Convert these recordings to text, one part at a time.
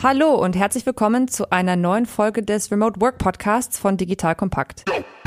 Hallo und herzlich willkommen zu einer neuen Folge des Remote Work Podcasts von Digital Kompakt.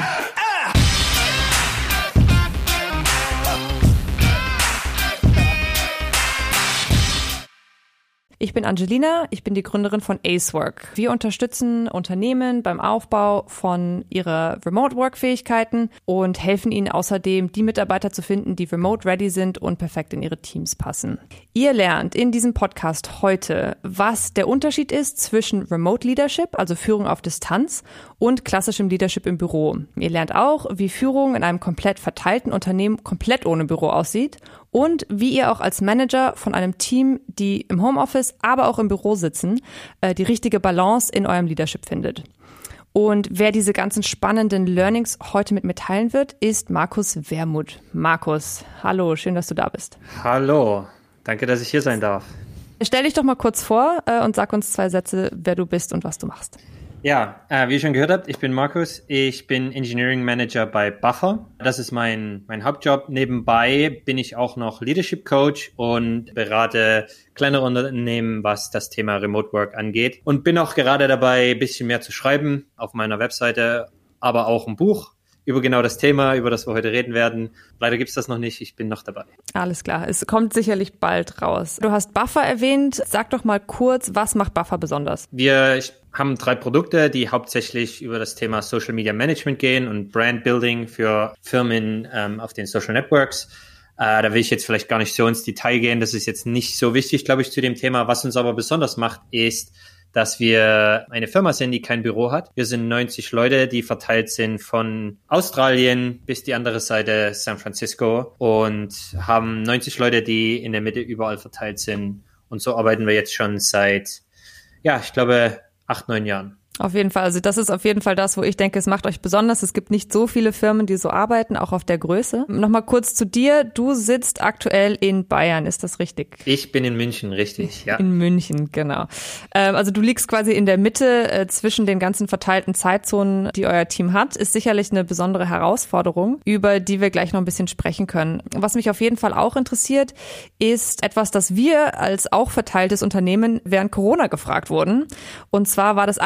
Ich bin Angelina, ich bin die Gründerin von Acework. Wir unterstützen Unternehmen beim Aufbau von ihrer Remote-Work-Fähigkeiten und helfen ihnen außerdem, die Mitarbeiter zu finden, die remote-ready sind und perfekt in ihre Teams passen. Ihr lernt in diesem Podcast heute, was der Unterschied ist zwischen Remote-Leadership, also Führung auf Distanz, und klassischem Leadership im Büro. Ihr lernt auch, wie Führung in einem komplett verteilten Unternehmen komplett ohne Büro aussieht und wie ihr auch als Manager von einem Team, die im Homeoffice, aber auch im Büro sitzen, die richtige Balance in eurem Leadership findet. Und wer diese ganzen spannenden Learnings heute mit mir teilen wird, ist Markus Wermuth. Markus, hallo, schön, dass du da bist. Hallo, danke, dass ich hier sein darf. Stell dich doch mal kurz vor und sag uns 2 Sätze, wer du bist und was du machst. Ja, wie ihr schon gehört habt, ich bin Markus, ich bin Engineering Manager bei Buffer. Das ist mein Hauptjob. Nebenbei bin ich auch noch Leadership Coach und berate kleinere Unternehmen, was das Thema Remote Work angeht. Und bin auch gerade dabei, ein bisschen mehr zu schreiben auf meiner Webseite, aber auch ein Buch über genau das Thema, über das wir heute reden werden. Leider gibt's das noch nicht, ich bin noch dabei. Alles klar, es kommt sicherlich bald raus. Du hast Buffer erwähnt, sag doch mal kurz, was macht Buffer besonders? Wir haben 3 Produkte, die hauptsächlich über das Thema Social Media Management gehen und Brand Building für Firmen auf den Social Networks. Da will ich jetzt vielleicht gar nicht so ins Detail gehen, das ist jetzt nicht so wichtig, glaube ich, zu dem Thema. Was uns aber besonders macht, ist, dass wir eine Firma sind, die kein Büro hat. Wir sind 90 Leute, die verteilt sind von Australien bis die andere Seite San Francisco und haben 90 Leute, die in der Mitte überall verteilt sind. Und so arbeiten wir jetzt schon seit, ich glaube, 8-9 Jahren. Auf jeden Fall, also das ist auf jeden Fall das, wo ich denke, es macht euch besonders. Es gibt nicht so viele Firmen, die so arbeiten, auch auf der Größe. Nochmal kurz zu dir. Du sitzt aktuell in Bayern, ist das richtig? Ich bin in München, richtig, ja. In München, genau. Also du liegst quasi in der Mitte zwischen den ganzen verteilten Zeitzonen, die euer Team hat. Ist sicherlich eine besondere Herausforderung, über die wir gleich noch ein bisschen sprechen können. Was mich auf jeden Fall auch interessiert, ist etwas, das wir als auch verteiltes Unternehmen während Corona gefragt wurden. Und zwar war das,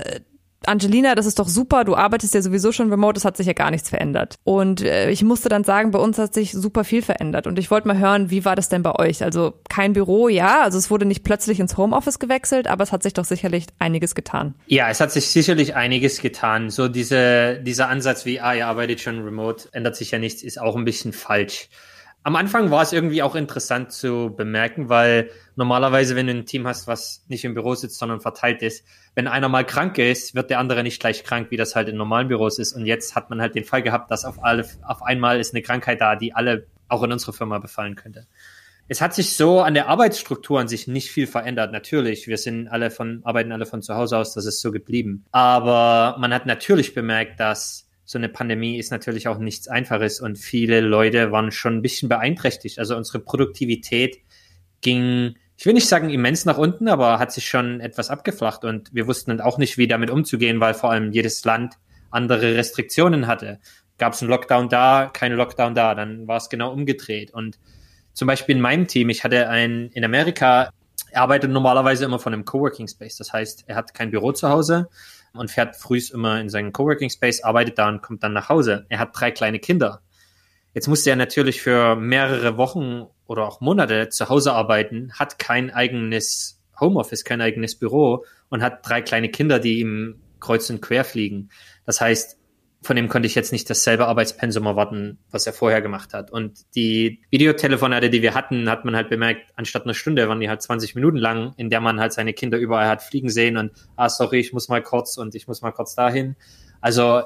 Angelina, das ist doch super, du arbeitest ja sowieso schon remote, es hat sich ja gar nichts verändert. Und ich musste dann sagen, bei uns hat sich super viel verändert. Und ich wollte mal hören, wie war das denn bei euch? Also kein Büro, ja, also es wurde nicht plötzlich ins Homeoffice gewechselt, aber es hat sich doch sicherlich einiges getan. Ja, es hat sich sicherlich einiges getan. So dieser Ansatz wie, ihr arbeitet schon remote, ändert sich ja nichts, ist auch ein bisschen falsch. Am Anfang war es irgendwie auch interessant zu bemerken, weil normalerweise, wenn du ein Team hast, was nicht im Büro sitzt, sondern verteilt ist, wenn einer mal krank ist, wird der andere nicht gleich krank, wie das halt in normalen Büros ist. Und jetzt hat man halt den Fall gehabt, dass auf einmal ist eine Krankheit da, die alle auch in unserer Firma befallen könnte. Es hat sich so an der Arbeitsstruktur an sich nicht viel verändert. Natürlich, wir arbeiten alle von zu Hause aus, das ist so geblieben. Aber man hat natürlich bemerkt, dass so eine Pandemie ist natürlich auch nichts Einfaches und viele Leute waren schon ein bisschen beeinträchtigt. Also unsere Produktivität ging, ich will nicht sagen immens nach unten, aber hat sich schon etwas abgeflacht und wir wussten dann auch nicht, wie damit umzugehen, weil vor allem jedes Land andere Restriktionen hatte. Gab es einen Lockdown da, kein Lockdown da, dann war es genau umgedreht. Und zum Beispiel in meinem Team, ich hatte in Amerika, er arbeitet normalerweise immer von einem Coworking Space. Das heißt, er hat kein Büro zu Hause und fährt frühs immer in seinen Coworking Space, arbeitet da und kommt dann nach Hause. Er hat 3 kleine Kinder. Jetzt musste er natürlich für mehrere Wochen oder auch Monate zu Hause arbeiten, hat kein eigenes Homeoffice, kein eigenes Büro und hat 3 kleine Kinder, die ihm kreuz und quer fliegen. Das heißt, von dem konnte ich jetzt nicht dasselbe Arbeitspensum erwarten, was er vorher gemacht hat. Und die Videotelefonate, die wir hatten, hat man halt bemerkt, anstatt einer Stunde waren die halt 20 Minuten lang, in der man halt seine Kinder überall hat fliegen sehen und, sorry, ich muss mal kurz dahin. Also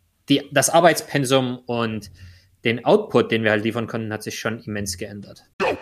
das Arbeitspensum und den Output, den wir halt liefern konnten, hat sich schon immens geändert.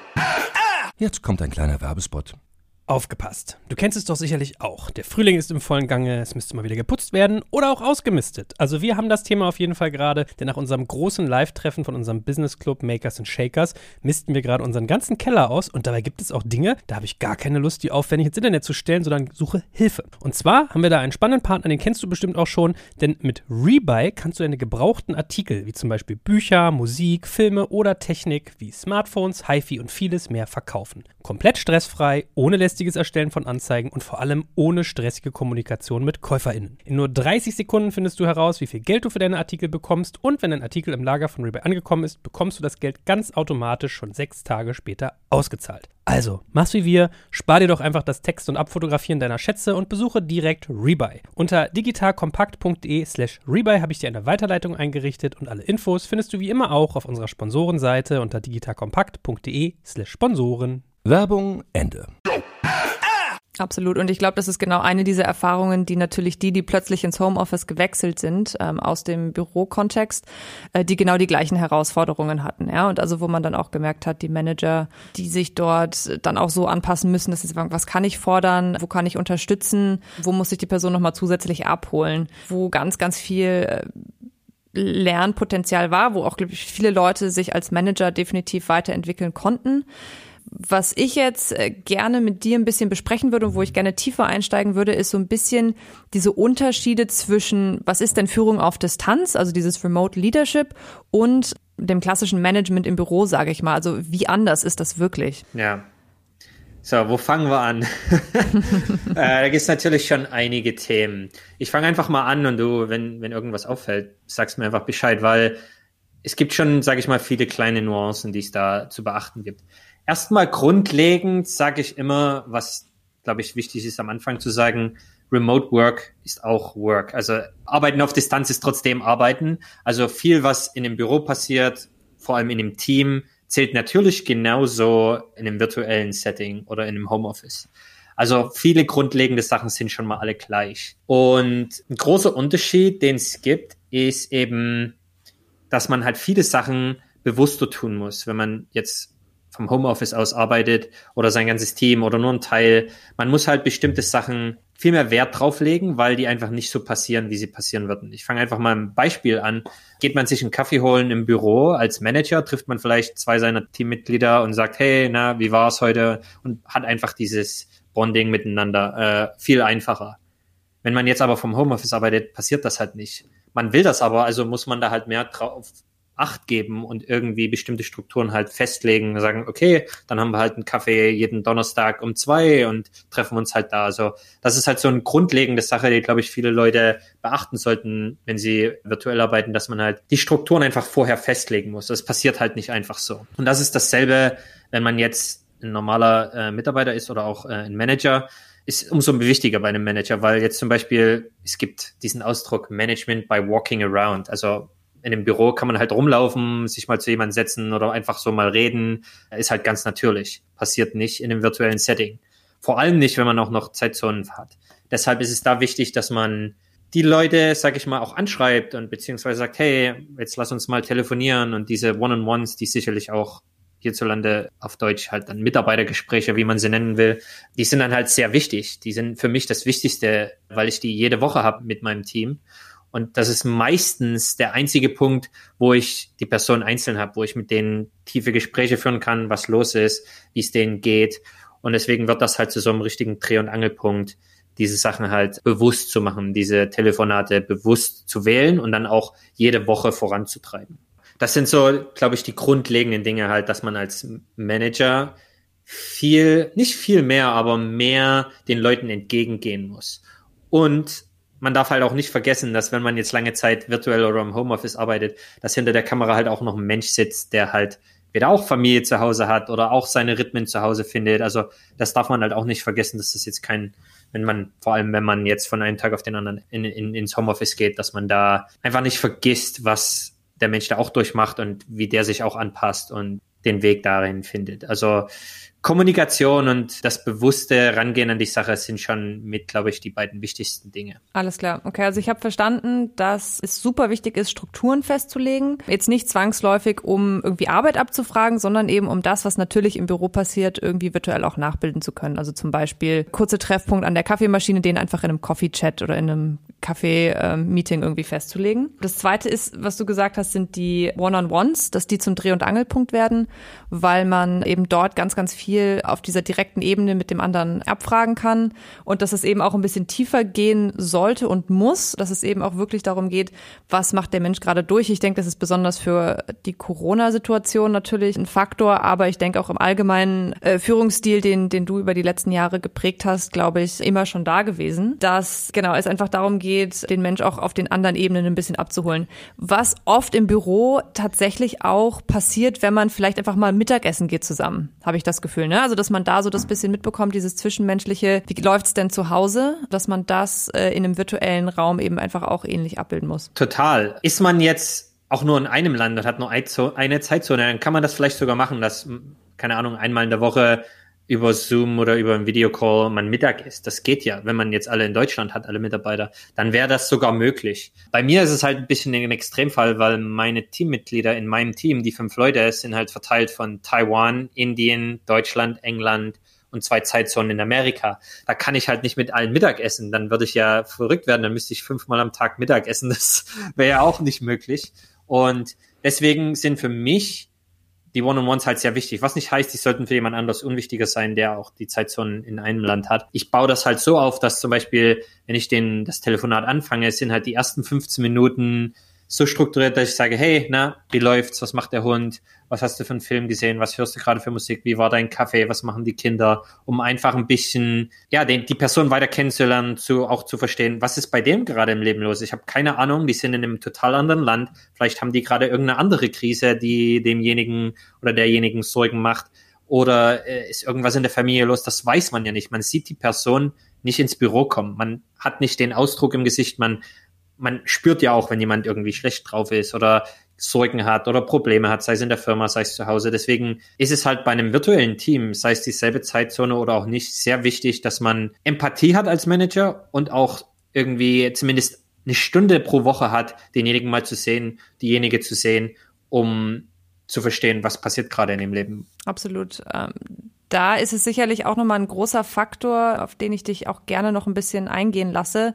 Jetzt kommt ein kleiner Werbespot. Aufgepasst. Du kennst es doch sicherlich auch. Der Frühling ist im vollen Gange, es müsste mal wieder geputzt werden oder auch ausgemistet. Also wir haben das Thema auf jeden Fall gerade, denn nach unserem großen Live-Treffen von unserem Business Club Makers and Shakers misten wir gerade unseren ganzen Keller aus und dabei gibt es auch Dinge, da habe ich gar keine Lust, die aufwendig ins Internet zu stellen, sondern suche Hilfe. Und zwar haben wir da einen spannenden Partner, den kennst du bestimmt auch schon, denn mit Rebuy kannst du deine gebrauchten Artikel, wie zum Beispiel Bücher, Musik, Filme oder Technik wie Smartphones, HiFi und vieles mehr verkaufen. Komplett stressfrei, ohne lästige lästiges Erstellen von Anzeigen und vor allem ohne stressige Kommunikation mit KäuferInnen. In nur 30 Sekunden findest du heraus, wie viel Geld du für deine Artikel bekommst und wenn dein Artikel im Lager von Rebuy angekommen ist, bekommst du das Geld ganz automatisch schon 6 Tage später ausgezahlt. Also, mach's wie wir, spar dir doch einfach das Text- und Abfotografieren deiner Schätze und besuche direkt Rebuy. Unter digitalkompakt.de/Rebuy habe ich dir eine Weiterleitung eingerichtet und alle Infos findest du wie immer auch auf unserer Sponsorenseite unter digitalkompakt.de/Sponsoren. Werbung Ende. Absolut. Und ich glaube, das ist genau eine dieser Erfahrungen, die natürlich die plötzlich ins Homeoffice gewechselt sind, aus dem Bürokontext, die genau die gleichen Herausforderungen hatten. Ja, und also wo man dann auch gemerkt hat, die Manager, die sich dort dann auch so anpassen müssen, dass sie sagen, was kann ich fordern, wo kann ich unterstützen, wo muss ich die Person nochmal zusätzlich abholen, wo ganz, ganz viel Lernpotenzial war, wo auch, glaube ich, viele Leute sich als Manager definitiv weiterentwickeln konnten. Was ich jetzt gerne mit dir ein bisschen besprechen würde und wo ich gerne tiefer einsteigen würde, ist so ein bisschen diese Unterschiede zwischen, was ist denn Führung auf Distanz, also dieses Remote Leadership und dem klassischen Management im Büro, sage ich mal. Also wie anders ist das wirklich? Ja. So, wo fangen wir an? Da gibt es natürlich schon einige Themen. Ich fange einfach mal an und du, wenn irgendwas auffällt, sagst mir einfach Bescheid, weil es gibt schon, sage ich mal, viele kleine Nuancen, die es da zu beachten gibt. Erstmal grundlegend sage ich immer, was, glaube ich, wichtig ist am Anfang zu sagen, Remote Work ist auch Work. Also Arbeiten auf Distanz ist trotzdem Arbeiten. Also viel, was in dem Büro passiert, vor allem in dem Team, zählt natürlich genauso in einem virtuellen Setting oder in einem Homeoffice. Also viele grundlegende Sachen sind schon mal alle gleich. Und ein großer Unterschied, den es gibt, ist eben, dass man halt viele Sachen bewusster tun muss, wenn man jetzt vom Homeoffice aus arbeitet oder sein ganzes Team oder nur ein Teil. Man muss halt bestimmte Sachen viel mehr Wert drauflegen, weil die einfach nicht so passieren, wie sie passieren würden. Ich fange einfach mal ein Beispiel an. Geht man sich einen Kaffee holen im Büro als Manager, trifft man vielleicht 2 seiner Teammitglieder und sagt, hey, na, wie war's heute? Und hat einfach dieses Bonding miteinander viel einfacher. Wenn man jetzt aber vom Homeoffice arbeitet, passiert das halt nicht. Man will das aber, also muss man da halt mehr drauf Acht geben und irgendwie bestimmte Strukturen halt festlegen und sagen, okay, dann haben wir halt einen Kaffee jeden Donnerstag um 2 und treffen uns halt da. Also das ist halt so eine grundlegende Sache, die, glaube ich, viele Leute beachten sollten, wenn sie virtuell arbeiten, dass man halt die Strukturen einfach vorher festlegen muss. Das passiert halt nicht einfach so. Und das ist dasselbe, wenn man jetzt ein normaler Mitarbeiter ist oder auch ein Manager, ist umso wichtiger bei einem Manager, weil jetzt zum Beispiel, es gibt diesen Ausdruck Management by walking around, also in dem Büro kann man halt rumlaufen, sich mal zu jemandem setzen oder einfach so mal reden. Ist halt ganz natürlich. Passiert nicht in einem virtuellen Setting. Vor allem nicht, wenn man auch noch Zeitzonen hat. Deshalb ist es da wichtig, dass man die Leute, sag ich mal, auch anschreibt und beziehungsweise sagt, hey, jetzt lass uns mal telefonieren und diese One-on-Ones, die sicherlich auch hierzulande auf Deutsch halt dann Mitarbeitergespräche, wie man sie nennen will, die sind dann halt sehr wichtig. Die sind für mich das Wichtigste, weil ich die jede Woche habe mit meinem Team. Und das ist meistens der einzige Punkt, wo ich die Person einzeln habe, wo ich mit denen tiefe Gespräche führen kann, was los ist, wie es denen geht. Und deswegen wird das halt zu so einem richtigen Dreh- und Angelpunkt, diese Sachen halt bewusst zu machen, diese Telefonate bewusst zu wählen und dann auch jede Woche voranzutreiben. Das sind so, glaube ich, die grundlegenden Dinge halt, dass man als Manager nicht viel mehr, aber mehr den Leuten entgegengehen muss. Und man darf halt auch nicht vergessen, dass wenn man jetzt lange Zeit virtuell oder im Homeoffice arbeitet, dass hinter der Kamera halt auch noch ein Mensch sitzt, der halt weder auch Familie zu Hause hat oder auch seine Rhythmen zu Hause findet. Also das darf man halt auch nicht vergessen, dass das jetzt vor allem wenn man jetzt von einem Tag auf den anderen ins Homeoffice geht, dass man da einfach nicht vergisst, was der Mensch da auch durchmacht und wie der sich auch anpasst und den Weg darin findet. Also Kommunikation und das bewusste Rangehen an die Sache sind schon mit, glaube ich, die beiden wichtigsten Dinge. Alles klar. Okay, also ich habe verstanden, dass es super wichtig ist, Strukturen festzulegen. Jetzt nicht zwangsläufig, um irgendwie Arbeit abzufragen, sondern eben um das, was natürlich im Büro passiert, irgendwie virtuell auch nachbilden zu können. Also zum Beispiel kurze Treffpunkt an der Kaffeemaschine, den einfach in einem Coffee-Chat oder in einem Kaffee-Meeting irgendwie festzulegen. Das Zweite ist, was du gesagt hast, sind die One-on-Ones, dass die zum Dreh- und Angelpunkt werden, weil man eben dort ganz, ganz viel auf dieser direkten Ebene mit dem anderen abfragen kann und dass es eben auch ein bisschen tiefer gehen sollte und muss, dass es eben auch wirklich darum geht, was macht der Mensch gerade durch. Ich denke, das ist besonders für die Corona-Situation natürlich ein Faktor, aber ich denke auch im allgemeinen Führungsstil, den du über die letzten Jahre geprägt hast, glaube ich, immer schon da gewesen, dass genau es einfach darum geht, den Mensch auch auf den anderen Ebenen ein bisschen abzuholen. Was oft im Büro tatsächlich auch passiert, wenn man vielleicht einfach mal Mittagessen geht zusammen, habe ich das Gefühl, ne? Also, dass man da so das bisschen mitbekommt, dieses Zwischenmenschliche, wie läuft's denn zu Hause, dass man das in einem virtuellen Raum eben einfach auch ähnlich abbilden muss. Total. Ist man jetzt auch nur in einem Land und hat nur eine Zeitzone, dann kann man das vielleicht sogar machen, dass, keine Ahnung, einmal in der Woche über Zoom oder über einen Videocall man Mittag isst. Das geht ja, wenn man jetzt alle in Deutschland hat, alle Mitarbeiter, dann wäre das sogar möglich. Bei mir ist es halt ein bisschen ein Extremfall, weil meine Teammitglieder in meinem Team, die 5 Leute, sind halt verteilt von Taiwan, Indien, Deutschland, England und 2 Zeitzonen in Amerika. Da kann ich halt nicht mit allen Mittag essen. Dann würde ich ja verrückt werden. Dann müsste ich 5-mal am Tag Mittag essen. Das wäre ja auch nicht möglich. Und deswegen sind für mich die One-on-Ones halt sehr wichtig. Was nicht heißt, die sollten für jemand anders unwichtiger sein, der auch die Zeitzonen in einem Land hat. Ich baue das halt so auf, dass zum Beispiel, wenn ich das Telefonat anfange, sind halt die ersten 15 Minuten so strukturiert, dass ich sage, hey, na, wie läuft's? Was macht der Hund? Was hast du für einen Film gesehen? Was hörst du gerade für Musik? Wie war dein Kaffee? Was machen die Kinder? Um einfach ein bisschen, ja, die Person weiter kennenzulernen, auch zu verstehen, was ist bei dem gerade im Leben los? Ich habe keine Ahnung, die sind in einem total anderen Land. Vielleicht haben die gerade irgendeine andere Krise, die demjenigen oder derjenigen Sorgen macht. Oder ist irgendwas in der Familie los? Das weiß man ja nicht. Man sieht die Person nicht ins Büro kommen. Man hat nicht den Ausdruck im Gesicht. Man spürt ja auch, wenn jemand irgendwie schlecht drauf ist oder Sorgen hat oder Probleme hat, sei es in der Firma, sei es zu Hause. Deswegen ist es halt bei einem virtuellen Team, sei es dieselbe Zeitzone oder auch nicht, sehr wichtig, dass man Empathie hat als Manager und auch irgendwie zumindest eine Stunde pro Woche hat, denjenigen mal zu sehen, diejenige zu sehen, um zu verstehen, was passiert gerade in dem Leben. Absolut. Da ist es sicherlich auch nochmal ein großer Faktor, auf den ich dich auch gerne noch ein bisschen eingehen lasse.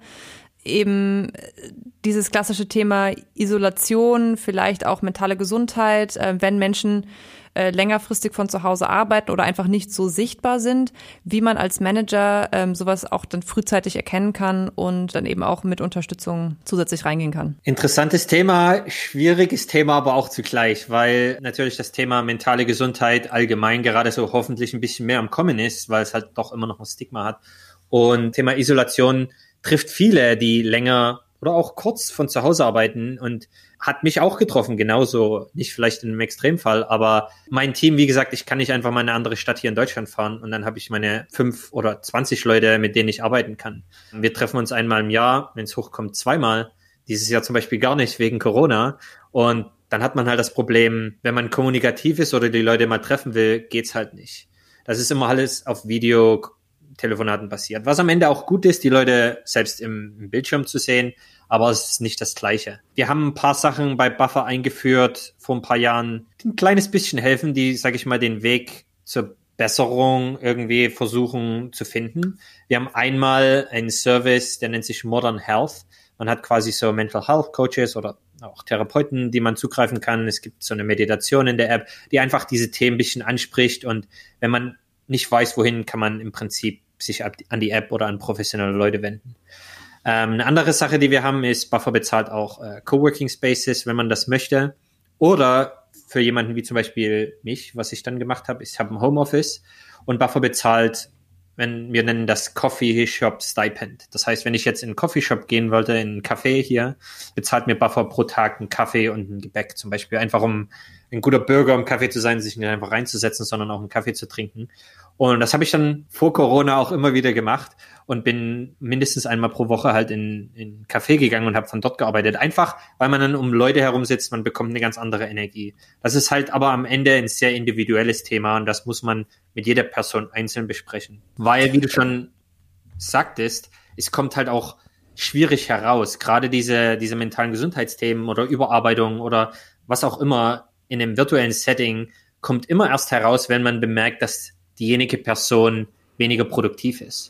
Eben dieses klassische Thema Isolation, vielleicht auch mentale Gesundheit, wenn Menschen längerfristig von zu Hause arbeiten oder einfach nicht so sichtbar sind, wie man als Manager sowas auch dann frühzeitig erkennen kann und dann eben auch mit Unterstützung zusätzlich reingehen kann. Interessantes Thema, schwieriges Thema, aber auch zugleich, weil natürlich das Thema mentale Gesundheit allgemein gerade so hoffentlich ein bisschen mehr am Kommen ist, weil es halt doch immer noch ein Stigma hat. Und Thema Isolation trifft viele, die länger oder auch kurz von zu Hause arbeiten und hat mich auch getroffen, genauso, nicht vielleicht in einem Extremfall, aber mein Team, wie gesagt, ich kann nicht einfach mal in eine andere Stadt hier in Deutschland fahren und dann habe ich meine 5 oder 20 Leute, mit denen ich arbeiten kann. Wir treffen uns einmal im Jahr, wenn es hochkommt, 2-mal, dieses Jahr zum Beispiel gar nicht wegen Corona und dann hat man halt das Problem, wenn man kommunikativ ist oder die Leute mal treffen will, geht's halt nicht. Das ist immer alles auf Videotelefonaten basiert. Was am Ende auch gut ist, die Leute selbst im Bildschirm zu sehen, aber es ist nicht das Gleiche. Wir haben ein paar Sachen bei Buffer eingeführt vor ein paar Jahren, die ein kleines bisschen helfen, die, sage ich mal, den Weg zur Besserung irgendwie versuchen zu finden. Wir haben einmal einen Service, der nennt sich Modern Health. Man hat quasi so Mental Health Coaches oder auch Therapeuten, die man zugreifen kann. Es gibt so eine Meditation in der App, die einfach diese Themen ein bisschen anspricht und wenn man nicht weiß, wohin, kann man im Prinzip sich an die App oder an professionelle Leute wenden. Eine andere Sache, die wir haben, ist, Buffer bezahlt auch Coworking Spaces, wenn man das möchte. Oder für jemanden wie zum Beispiel mich, was ich dann gemacht habe, ich habe ein Homeoffice und Buffer bezahlt, wir nennen das Coffee Shop Stipend. Das heißt, wenn ich jetzt in einen Coffee Shop gehen wollte, in einen Café hier, bezahlt mir Buffer pro Tag einen Kaffee und ein Gebäck zum Beispiel, einfach um ein guter Bürger im Kaffee zu sein, sich nicht einfach reinzusetzen, sondern auch einen Kaffee zu trinken. Und das habe ich dann vor Corona auch immer wieder gemacht und bin mindestens einmal pro Woche halt in einen Café gegangen und habe von dort gearbeitet. Einfach, weil man dann um Leute herum sitzt, man bekommt eine ganz andere Energie. Das ist halt aber am Ende ein sehr individuelles Thema und das muss man mit jeder Person einzeln besprechen. Weil, wie du schon sagtest, es kommt halt auch schwierig heraus. Gerade diese mentalen Gesundheitsthemen oder Überarbeitung oder was auch immer in einem virtuellen Setting kommt immer erst heraus, wenn man bemerkt, dass diejenige Person weniger produktiv ist.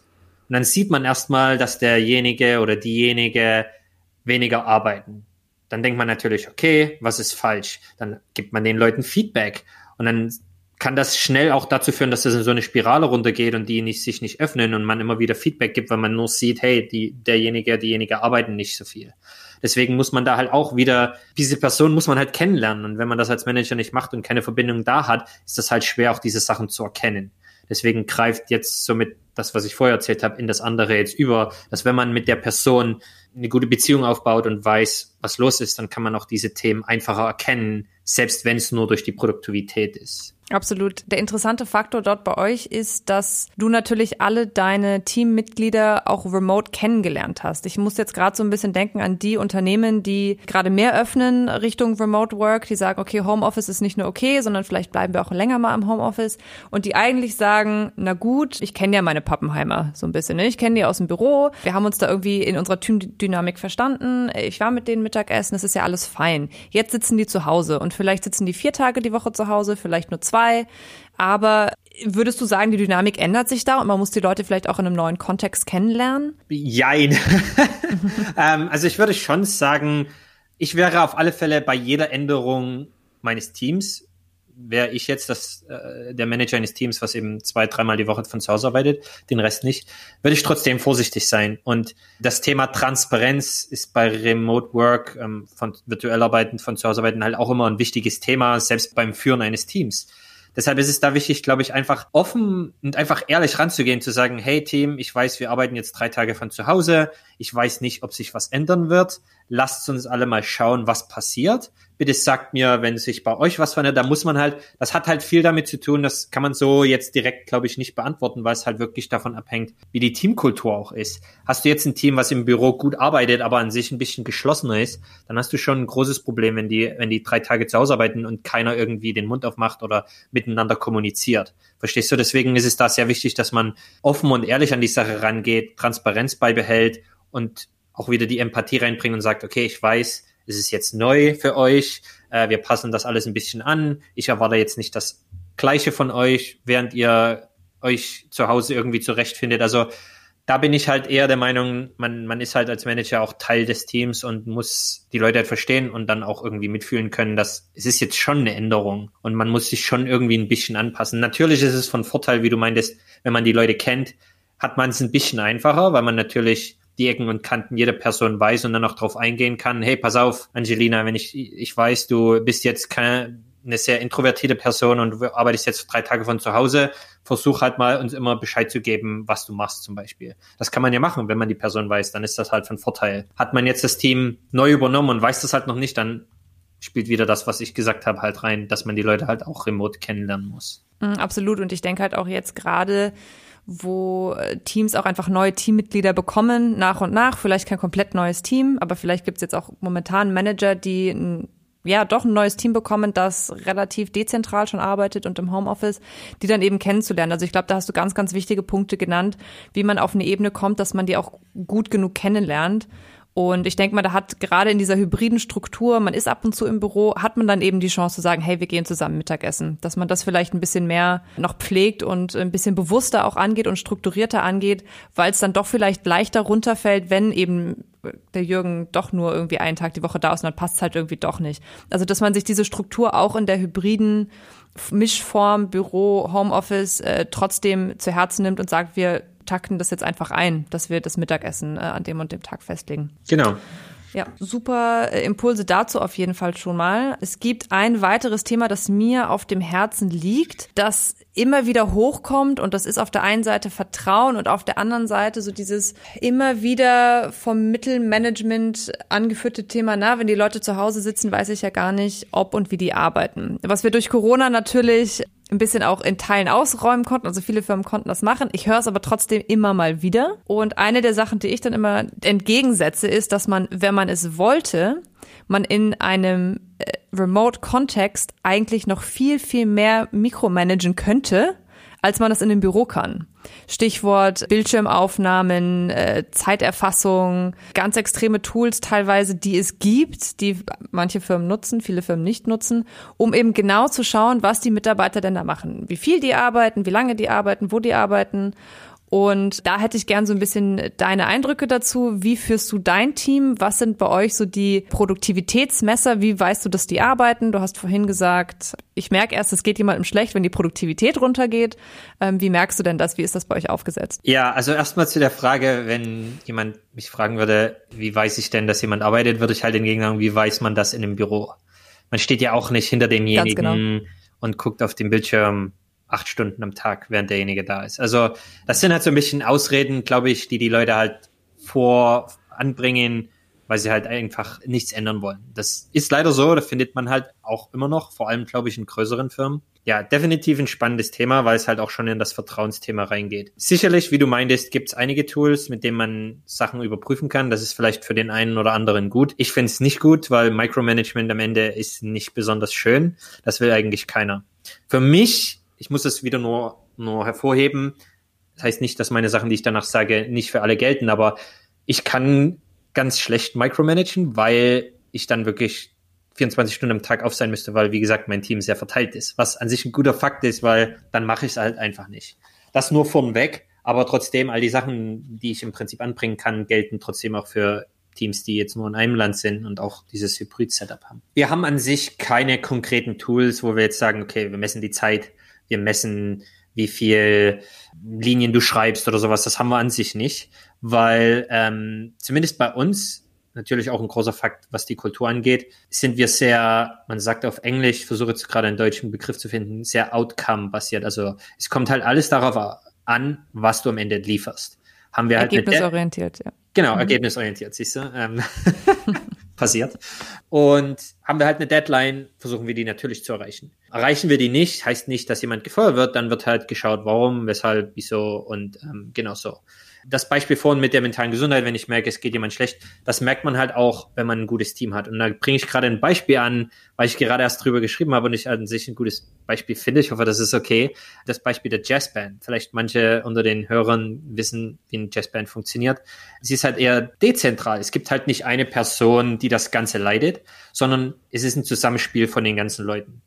Und dann sieht man erstmal, dass derjenige oder diejenige weniger arbeiten. Dann denkt man natürlich, okay, was ist falsch? Dann gibt man den Leuten Feedback. Und dann kann das schnell auch dazu führen, dass das in so eine Spirale runtergeht und die sich nicht öffnen und man immer wieder Feedback gibt, weil man nur sieht, hey, diejenige arbeiten nicht so viel. Deswegen muss man da halt auch wieder, diese Person muss man halt kennenlernen. Und wenn man das als Manager nicht macht und keine Verbindung da hat, ist das halt schwer, auch diese Sachen zu erkennen. Deswegen greift jetzt somit das, was ich vorher erzählt habe, in das andere jetzt über, dass wenn man mit der Person eine gute Beziehung aufbaut und weiß, was los ist, dann kann man auch diese Themen einfacher erkennen, selbst wenn es nur durch die Produktivität ist. Absolut. Der interessante Faktor dort bei euch ist, dass du natürlich alle deine Teammitglieder auch remote kennengelernt hast. Ich muss jetzt gerade so ein bisschen denken an die Unternehmen, die gerade mehr öffnen Richtung Remote Work, die sagen, okay, Homeoffice ist nicht nur okay, sondern vielleicht bleiben wir auch länger mal im Homeoffice und die eigentlich sagen, na gut, ich kenne ja meine Pappenheimer so ein bisschen, ne? Ich kenne die aus dem Büro, wir haben uns da irgendwie in unserer Teamdynamik verstanden, ich war mit denen Mittagessen, das ist ja alles fein. Jetzt sitzen die zu Hause und vielleicht sitzen die 4 Tage die Woche zu Hause, vielleicht nur 2. Aber würdest du sagen, die Dynamik ändert sich da und man muss die Leute vielleicht auch in einem neuen Kontext kennenlernen? Jein. Also ich würde schon sagen, ich wäre auf alle Fälle bei jeder Änderung meines Teams, wäre ich jetzt der Manager eines Teams, was eben 2-3 Mal die Woche von zu Hause arbeitet, den Rest nicht, würde ich trotzdem vorsichtig sein. Und das Thema Transparenz ist bei Remote Work, von virtuell arbeiten, von zu Hause arbeiten halt auch immer ein wichtiges Thema, selbst beim Führen eines Teams. Deshalb ist es da wichtig, glaube ich, einfach offen und einfach ehrlich ranzugehen, zu sagen, hey Team, ich weiß, wir arbeiten jetzt 3 Tage von zu Hause, ich weiß nicht, ob sich was ändern wird, lasst uns alle mal schauen, was passiert. Bitte sagt mir, wenn sich bei euch was verändert, da muss man halt, das hat halt viel damit zu tun, das kann man so jetzt direkt, glaube ich, nicht beantworten, weil es halt wirklich davon abhängt, wie die Teamkultur auch ist. Hast du jetzt ein Team, was im Büro gut arbeitet, aber an sich ein bisschen geschlossener ist, dann hast du schon ein großes Problem, wenn die 3 Tage zu Hause arbeiten und keiner irgendwie den Mund aufmacht oder miteinander kommuniziert. Verstehst du? Deswegen ist es da sehr wichtig, dass man offen und ehrlich an die Sache rangeht, Transparenz beibehält und auch wieder die Empathie reinbringt und sagt, okay, ich weiß, es ist jetzt neu für euch, wir passen das alles ein bisschen an, ich erwarte jetzt nicht das Gleiche von euch, während ihr euch zu Hause irgendwie zurechtfindet. Also da bin ich halt eher der Meinung, man ist halt als Manager auch Teil des Teams und muss die Leute halt verstehen und dann auch irgendwie mitfühlen können, dass es ist jetzt schon eine Änderung und man muss sich schon irgendwie ein bisschen anpassen. Natürlich ist es von Vorteil, wie du meintest, wenn man die Leute kennt, hat man es ein bisschen einfacher, weil man natürlich die Ecken und Kanten jeder Person weiß und dann auch drauf eingehen kann, hey, pass auf, Angelina, wenn ich weiß, du bist jetzt eine sehr introvertierte Person und du arbeitest jetzt 3 Tage von zu Hause, versuch halt mal uns immer Bescheid zu geben, was du machst zum Beispiel. Das kann man ja machen, wenn man die Person weiß, dann ist das halt von Vorteil. Hat man jetzt das Team neu übernommen und weiß das halt noch nicht, dann spielt wieder das, was ich gesagt habe, halt rein, dass man die Leute halt auch remote kennenlernen muss. Absolut, und ich denke halt auch jetzt gerade, wo Teams auch einfach neue Teammitglieder bekommen, nach und nach, vielleicht kein komplett neues Team, aber vielleicht gibt's jetzt auch momentan Manager, die doch ein neues Team bekommen, das relativ dezentral schon arbeitet und im Homeoffice, die dann eben kennenzulernen. Also ich glaube, da hast du ganz, ganz wichtige Punkte genannt, wie man auf eine Ebene kommt, dass man die auch gut genug kennenlernt. Und ich denke mal, da hat gerade in dieser hybriden Struktur, man ist ab und zu im Büro, hat man dann eben die Chance zu sagen, hey, wir gehen zusammen Mittagessen. Dass man das vielleicht ein bisschen mehr noch pflegt und ein bisschen bewusster auch angeht und strukturierter angeht, weil es dann doch vielleicht leichter runterfällt, wenn eben der Jürgen doch nur irgendwie einen Tag die Woche da ist und dann passt es halt irgendwie doch nicht. Also dass man sich diese Struktur auch in der hybriden Mischform, Büro, Homeoffice trotzdem zu Herzen nimmt und sagt, wir takten das jetzt einfach ein, dass wir das Mittagessen an dem und dem Tag festlegen. Genau. Ja, super Impulse dazu auf jeden Fall schon mal. Es gibt ein weiteres Thema, das mir auf dem Herzen liegt, das immer wieder hochkommt, und das ist auf der einen Seite Vertrauen und auf der anderen Seite so dieses immer wieder vom Mittelmanagement angeführte Thema, wenn die Leute zu Hause sitzen, weiß ich ja gar nicht, ob und wie die arbeiten. Was wir durch Corona natürlich ein bisschen auch in Teilen ausräumen konnten. Also viele Firmen konnten das machen. Ich höre es aber trotzdem immer mal wieder. Und eine der Sachen, die ich dann immer entgegensetze, ist, dass man, wenn man es wollte, man in einem Remote-Kontext eigentlich noch viel, viel mehr mikromanagen könnte, als man das in einem Büro kann. Stichwort Bildschirmaufnahmen, Zeiterfassung, ganz extreme Tools teilweise, die es gibt, die manche Firmen nutzen, viele Firmen nicht nutzen, um eben genau zu schauen, was die Mitarbeiter denn da machen, wie viel die arbeiten, wie lange die arbeiten, wo die arbeiten. Und da hätte ich gern so ein bisschen deine Eindrücke dazu. Wie führst du dein Team? Was sind bei euch so die Produktivitätsmesser? Wie weißt du, dass die arbeiten? Du hast vorhin gesagt, ich merke erst, es geht jemandem schlecht, wenn die Produktivität runtergeht. Wie merkst du denn das? Wie ist das bei euch aufgesetzt? Ja, also erstmal zu der Frage, wenn jemand mich fragen würde, wie weiß ich denn, dass jemand arbeitet, würde ich halt entgegen sagen, wie weiß man das in einem Büro? Man steht ja auch nicht hinter demjenigen und guckt auf den Bildschirm 8 Stunden am Tag, während derjenige da ist. Also das sind halt so ein bisschen Ausreden, glaube ich, die Leute halt anbringen, weil sie halt einfach nichts ändern wollen. Das ist leider so, da findet man halt auch immer noch, vor allem, glaube ich, in größeren Firmen. Ja, definitiv ein spannendes Thema, weil es halt auch schon in das Vertrauensthema reingeht. Sicherlich, wie du meintest, gibt es einige Tools, mit denen man Sachen überprüfen kann. Das ist vielleicht für den einen oder anderen gut. Ich finde es nicht gut, weil Micromanagement am Ende ist nicht besonders schön. Das will eigentlich keiner. Für mich, ich muss es wieder nur hervorheben. Das heißt nicht, dass meine Sachen, die ich danach sage, nicht für alle gelten, aber ich kann ganz schlecht micromanagen, weil ich dann wirklich 24 Stunden am Tag auf sein müsste, weil, wie gesagt, mein Team sehr verteilt ist. Was an sich ein guter Fakt ist, weil dann mache ich es halt einfach nicht. Das nur vornweg, aber trotzdem, all die Sachen, die ich im Prinzip anbringen kann, gelten trotzdem auch für Teams, die jetzt nur in einem Land sind und auch dieses Hybrid-Setup haben. Wir haben an sich keine konkreten Tools, wo wir jetzt sagen, okay, wir messen die Zeit, wir messen, wie viel Linien du schreibst oder sowas. Das haben wir an sich nicht, weil zumindest bei uns, natürlich auch ein großer Fakt, was die Kultur angeht, sind wir sehr, man sagt auf Englisch, ich versuche jetzt gerade einen deutschen Begriff zu finden, sehr outcome-basiert. Also es kommt halt alles darauf an, was du am Ende lieferst. Haben wir halt ergebnisorientiert, ja. Genau, ergebnisorientiert, siehst du. Passiert. Und haben wir halt eine Deadline, versuchen wir die natürlich zu erreichen. Erreichen wir die nicht, heißt nicht, dass jemand gefeuert wird, dann wird halt geschaut, warum, weshalb, wieso und genau so. Das Beispiel vorhin mit der mentalen Gesundheit, wenn ich merke, es geht jemand schlecht, das merkt man halt auch, wenn man ein gutes Team hat. Und da bringe ich gerade ein Beispiel an, weil ich gerade erst drüber geschrieben habe und ich an sich ein gutes Beispiel finde. Ich hoffe, das ist okay. Das Beispiel der Jazzband. Vielleicht manche unter den Hörern wissen, wie eine Jazzband funktioniert. Sie ist halt eher dezentral. Es gibt halt nicht eine Person, die das Ganze leitet, sondern es ist ein Zusammenspiel von den ganzen Leuten.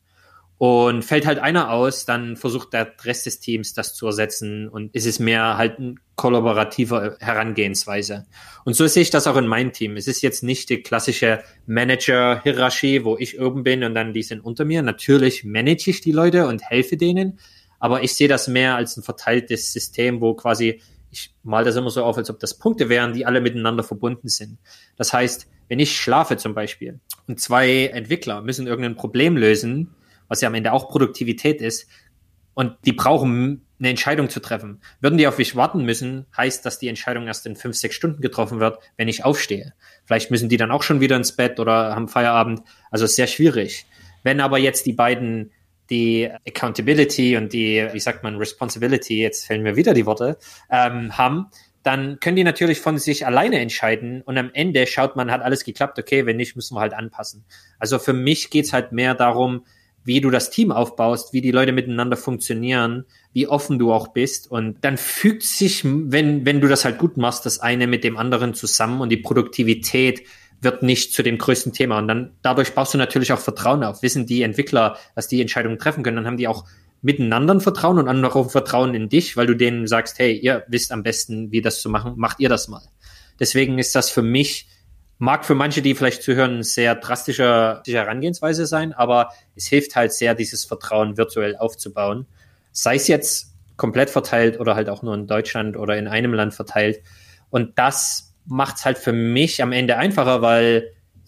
Und fällt halt einer aus, dann versucht der Rest des Teams das zu ersetzen und es ist mehr halt eine kollaborative Herangehensweise. Und so sehe ich das auch in meinem Team. Es ist jetzt nicht die klassische Manager-Hierarchie, wo ich oben bin und dann die sind unter mir. Natürlich manage ich die Leute und helfe denen, aber ich sehe das mehr als ein verteiltes System, wo quasi, ich male das immer so auf, als ob das Punkte wären, die alle miteinander verbunden sind. Das heißt, wenn ich schlafe zum Beispiel und 2 Entwickler müssen irgendein Problem lösen, was ja am Ende auch Produktivität ist, und die brauchen eine Entscheidung zu treffen. Würden die auf mich warten müssen, heißt, dass die Entscheidung erst in 5-6 Stunden getroffen wird, wenn ich aufstehe. Vielleicht müssen die dann auch schon wieder ins Bett oder haben Feierabend. Also sehr schwierig. Wenn aber jetzt die beiden die Accountability und die, wie sagt man, Responsibility, jetzt fällen mir wieder die Worte, haben, dann können die natürlich von sich alleine entscheiden und am Ende schaut man, hat alles geklappt, okay, wenn nicht, müssen wir halt anpassen. Also für mich geht's halt mehr darum, wie du das Team aufbaust, wie die Leute miteinander funktionieren, wie offen du auch bist. Und dann fügt sich, wenn du das halt gut machst, das eine mit dem anderen zusammen und die Produktivität wird nicht zu dem größten Thema. Und dann dadurch baust du natürlich auch Vertrauen auf. Wissen die Entwickler, dass die Entscheidungen treffen können, dann haben die auch miteinander ein Vertrauen und andere auch Vertrauen in dich, weil du denen sagst, hey, ihr wisst am besten, wie das zu machen, macht ihr das mal. Deswegen ist das für mich, mag für manche, die vielleicht zuhören, sehr drastische Herangehensweise sein, aber es hilft halt sehr, dieses Vertrauen virtuell aufzubauen. Sei es jetzt komplett verteilt oder halt auch nur in Deutschland oder in einem Land verteilt. Und das macht es halt für mich am Ende einfacher, weil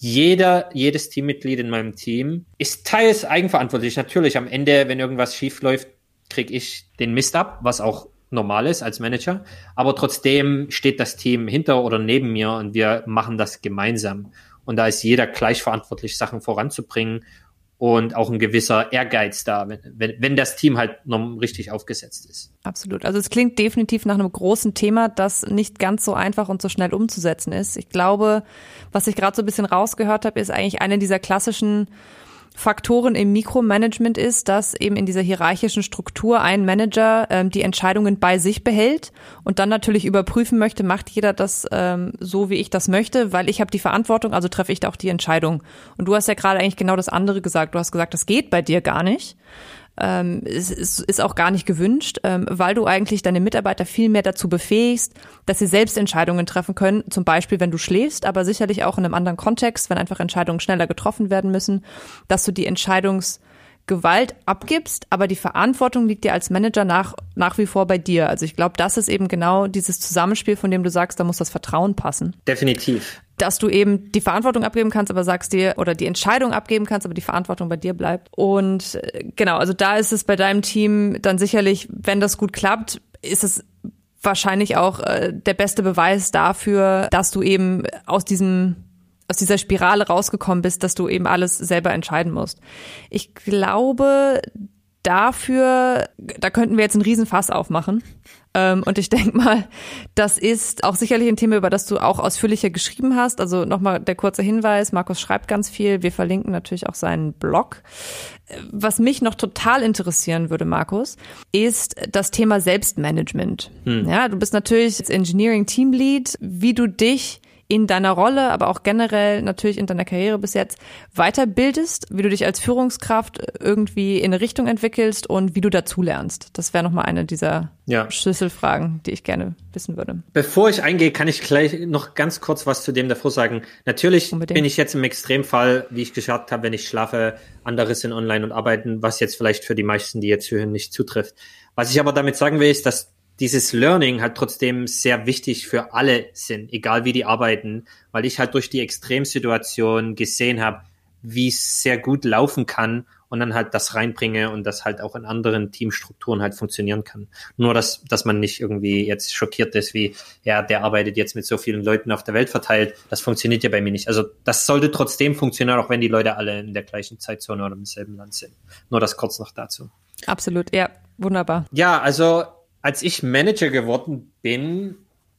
jedes Teammitglied in meinem Team ist teils eigenverantwortlich. Natürlich, am Ende, wenn irgendwas schief läuft, kriege ich den Mist ab, was auch normal ist als Manager, aber trotzdem steht das Team hinter oder neben mir und wir machen das gemeinsam. Und da ist jeder gleich verantwortlich, Sachen voranzubringen und auch ein gewisser Ehrgeiz da, wenn das Team halt noch richtig aufgesetzt ist. Absolut. Also es klingt definitiv nach einem großen Thema, das nicht ganz so einfach und so schnell umzusetzen ist. Ich glaube, was ich gerade so ein bisschen rausgehört habe, ist eigentlich eine dieser klassischen Faktoren im Mikromanagement ist, dass eben in dieser hierarchischen Struktur ein Manager die Entscheidungen bei sich behält und dann natürlich überprüfen möchte, macht jeder das so, wie ich das möchte, weil ich habe die Verantwortung, also treffe ich da auch die Entscheidung. Und du hast ja gerade eigentlich genau das andere gesagt. Du hast gesagt, das geht bei dir gar nicht. Es ist auch gar nicht gewünscht, weil du eigentlich deine Mitarbeiter viel mehr dazu befähigst, dass sie selbst Entscheidungen treffen können, zum Beispiel, wenn du schläfst, aber sicherlich auch in einem anderen Kontext, wenn einfach Entscheidungen schneller getroffen werden müssen, dass du die Entscheidungsgewalt abgibst, aber die Verantwortung liegt dir als Manager nach wie vor bei dir. Also ich glaube, das ist eben genau dieses Zusammenspiel, von dem du sagst, da muss das Vertrauen passen. Definitiv. Dass du eben die Verantwortung abgeben kannst, aber sagst dir, oder die Entscheidung abgeben kannst, aber die Verantwortung bei dir bleibt. Und genau, also da ist es bei deinem Team dann sicherlich, wenn das gut klappt, ist es wahrscheinlich auch der beste Beweis dafür, dass du eben aus dieser Spirale rausgekommen bist, dass du eben alles selber entscheiden musst. Ich glaube, da könnten wir jetzt einen Riesenfass aufmachen. Und ich denke mal, das ist auch sicherlich ein Thema, über das du auch ausführlicher geschrieben hast. Also nochmal der kurze Hinweis, Markus schreibt ganz viel. Wir verlinken natürlich auch seinen Blog. Was mich noch total interessieren würde, Markus, ist das Thema Selbstmanagement. Ja, du bist natürlich als Engineering Teamlead, wie du dich in deiner Rolle, aber auch generell natürlich in deiner Karriere bis jetzt weiterbildest, wie du dich als Führungskraft irgendwie in eine Richtung entwickelst und wie du dazulernst. Das wäre nochmal eine dieser Schlüsselfragen, die ich gerne wissen würde. Bevor ich eingehe, kann ich gleich noch ganz kurz was zu dem davor sagen. Natürlich bin ich jetzt im Extremfall, wie ich gesagt habe, wenn ich schlafe, andere sind online und arbeiten, was jetzt vielleicht für die meisten, die jetzt hören, nicht zutrifft. Was ich aber damit sagen will, ist, dass dieses Learning halt trotzdem sehr wichtig für alle sind, egal wie die arbeiten, weil ich halt durch die Extremsituation gesehen habe, wie es sehr gut laufen kann und dann halt das reinbringe und das halt auch in anderen Teamstrukturen halt funktionieren kann. Nur, dass man nicht irgendwie jetzt schockiert ist, wie, ja, der arbeitet jetzt mit so vielen Leuten auf der Welt verteilt. Das funktioniert ja bei mir nicht. Also das sollte trotzdem funktionieren, auch wenn die Leute alle in der gleichen Zeitzone oder im selben Land sind. Nur das kurz noch dazu. Absolut, ja, wunderbar. Ja, also als ich Manager geworden bin,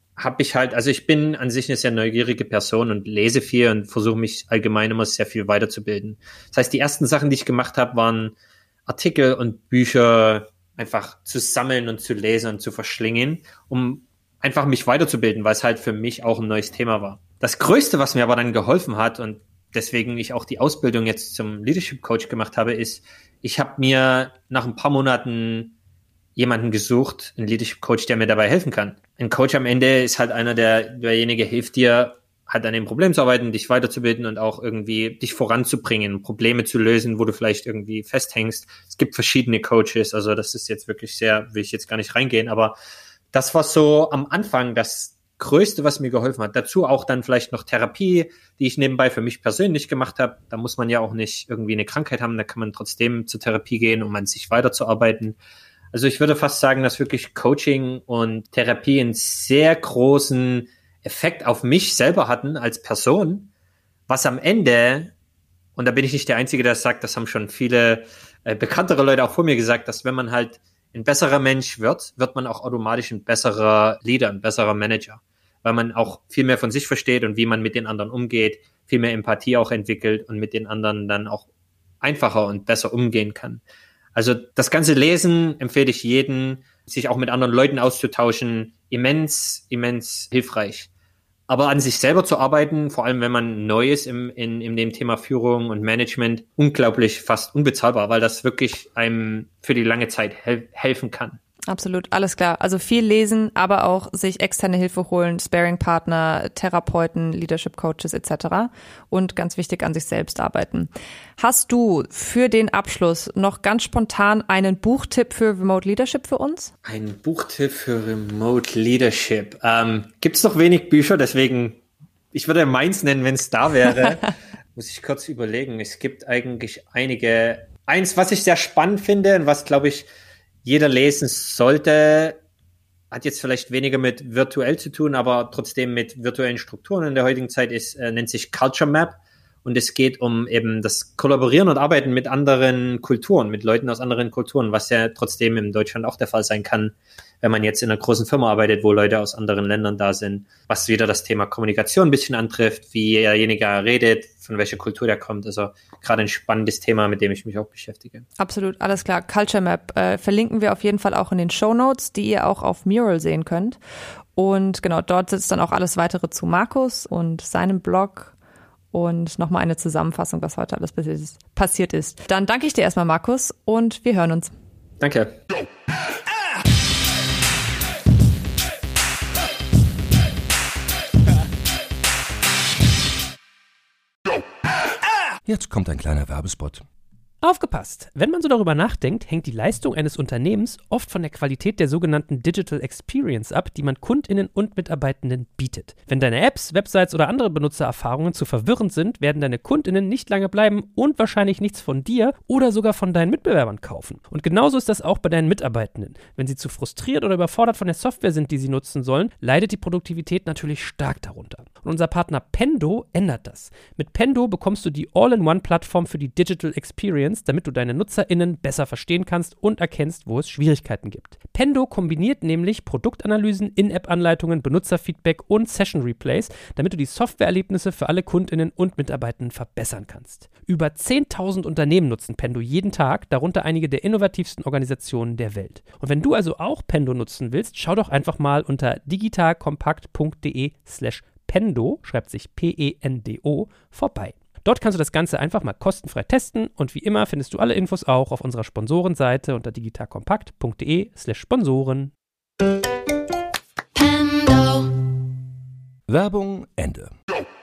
ich bin an sich eine sehr neugierige Person und lese viel und versuche mich allgemein immer sehr viel weiterzubilden. Das heißt, die ersten Sachen, die ich gemacht habe, waren Artikel und Bücher einfach zu sammeln und zu lesen und zu verschlingen, um einfach mich weiterzubilden, weil es halt für mich auch ein neues Thema war. Das Größte, was mir aber dann geholfen hat und deswegen ich auch die Ausbildung jetzt zum Leadership Coach gemacht habe, ist, ich habe mir nach ein paar Monaten jemanden gesucht, einen Leadership Coach, der mir dabei helfen kann. Ein Coach am Ende ist halt einer, derjenige hilft dir, halt an dem Problem zu arbeiten, dich weiterzubilden und auch irgendwie dich voranzubringen, Probleme zu lösen, wo du vielleicht irgendwie festhängst. Es gibt verschiedene Coaches, also das ist jetzt wirklich will ich jetzt gar nicht reingehen, aber das war so am Anfang das Größte, was mir geholfen hat. Dazu auch dann vielleicht noch Therapie, die ich nebenbei für mich persönlich gemacht habe. Da muss man ja auch nicht irgendwie eine Krankheit haben, da kann man trotzdem zur Therapie gehen, um an sich weiterzuarbeiten. Also ich würde fast sagen, dass wirklich Coaching und Therapie einen sehr großen Effekt auf mich selber hatten als Person, was am Ende, und da bin ich nicht der Einzige, der das sagt, das haben schon viele bekanntere Leute auch vor mir gesagt, dass wenn man halt ein besserer Mensch wird man auch automatisch ein besserer Leader, ein besserer Manager, weil man auch viel mehr von sich versteht und wie man mit den anderen umgeht, viel mehr Empathie auch entwickelt und mit den anderen dann auch einfacher und besser umgehen kann. Also das ganze Lesen empfehle ich jedem, sich auch mit anderen Leuten auszutauschen, immens hilfreich. Aber an sich selber zu arbeiten, vor allem wenn man neu ist in dem Thema Führung und Management, unglaublich fast unbezahlbar, weil das wirklich einem für die lange Zeit helfen kann. Absolut, alles klar. Also viel lesen, aber auch sich externe Hilfe holen, Sparing-Partner, Therapeuten, Leadership-Coaches etc. Und ganz wichtig, an sich selbst arbeiten. Hast du für den Abschluss noch ganz spontan einen Buchtipp für Remote Leadership für uns? Ein Buchtipp für Remote Leadership. Gibt's noch wenig Bücher, deswegen, ich würde meins nennen, wenn es da wäre. Muss ich kurz überlegen. Es gibt eigentlich einige. Eins, was ich sehr spannend finde und was, glaube ich, jeder lesen sollte, hat jetzt vielleicht weniger mit virtuell zu tun, aber trotzdem mit virtuellen Strukturen in der heutigen Zeit nennt sich Culture Map. Und es geht um eben das Kollaborieren und Arbeiten mit anderen Kulturen, mit Leuten aus anderen Kulturen, was ja trotzdem in Deutschland auch der Fall sein kann, wenn man jetzt in einer großen Firma arbeitet, wo Leute aus anderen Ländern da sind, was wieder das Thema Kommunikation ein bisschen antrifft, wie derjenige redet, von welcher Kultur der kommt. Also gerade ein spannendes Thema, mit dem ich mich auch beschäftige. Absolut, alles klar. Culture Map verlinken wir auf jeden Fall auch in den Shownotes, die ihr auch auf Mural sehen könnt. Und genau, dort sitzt dann auch alles weitere zu Markus und seinem Blog und nochmal eine Zusammenfassung, was heute alles passiert ist. Dann danke ich dir erstmal, Markus, und wir hören uns. Danke. Jetzt kommt ein kleiner Werbespot. Aufgepasst! Wenn man so darüber nachdenkt, hängt die Leistung eines Unternehmens oft von der Qualität der sogenannten Digital Experience ab, die man KundInnen und Mitarbeitenden bietet. Wenn deine Apps, Websites oder andere Benutzererfahrungen zu verwirrend sind, werden deine KundInnen nicht lange bleiben und wahrscheinlich nichts von dir oder sogar von deinen Mitbewerbern kaufen. Und genauso ist das auch bei deinen Mitarbeitenden. Wenn sie zu frustriert oder überfordert von der Software sind, die sie nutzen sollen, leidet die Produktivität natürlich stark darunter. Und unser Partner Pendo ändert das. Mit Pendo bekommst du die All-in-One-Plattform für die Digital Experience, damit du deine NutzerInnen besser verstehen kannst und erkennst, wo es Schwierigkeiten gibt. Pendo kombiniert nämlich Produktanalysen, In-App-Anleitungen, Benutzerfeedback und Session-Replays, damit du die Softwareerlebnisse für alle KundInnen und Mitarbeitenden verbessern kannst. Über 10.000 Unternehmen nutzen Pendo jeden Tag, darunter einige der innovativsten Organisationen der Welt. Und wenn du also auch Pendo nutzen willst, schau doch einfach mal unter digitalkompakt.de/Pendo, schreibt sich P-E-N-D-O, vorbei. Dort kannst du das Ganze einfach mal kostenfrei testen und wie immer findest du alle Infos auch auf unserer Sponsorenseite unter digitalkompakt.de/Sponsoren. Werbung Ende.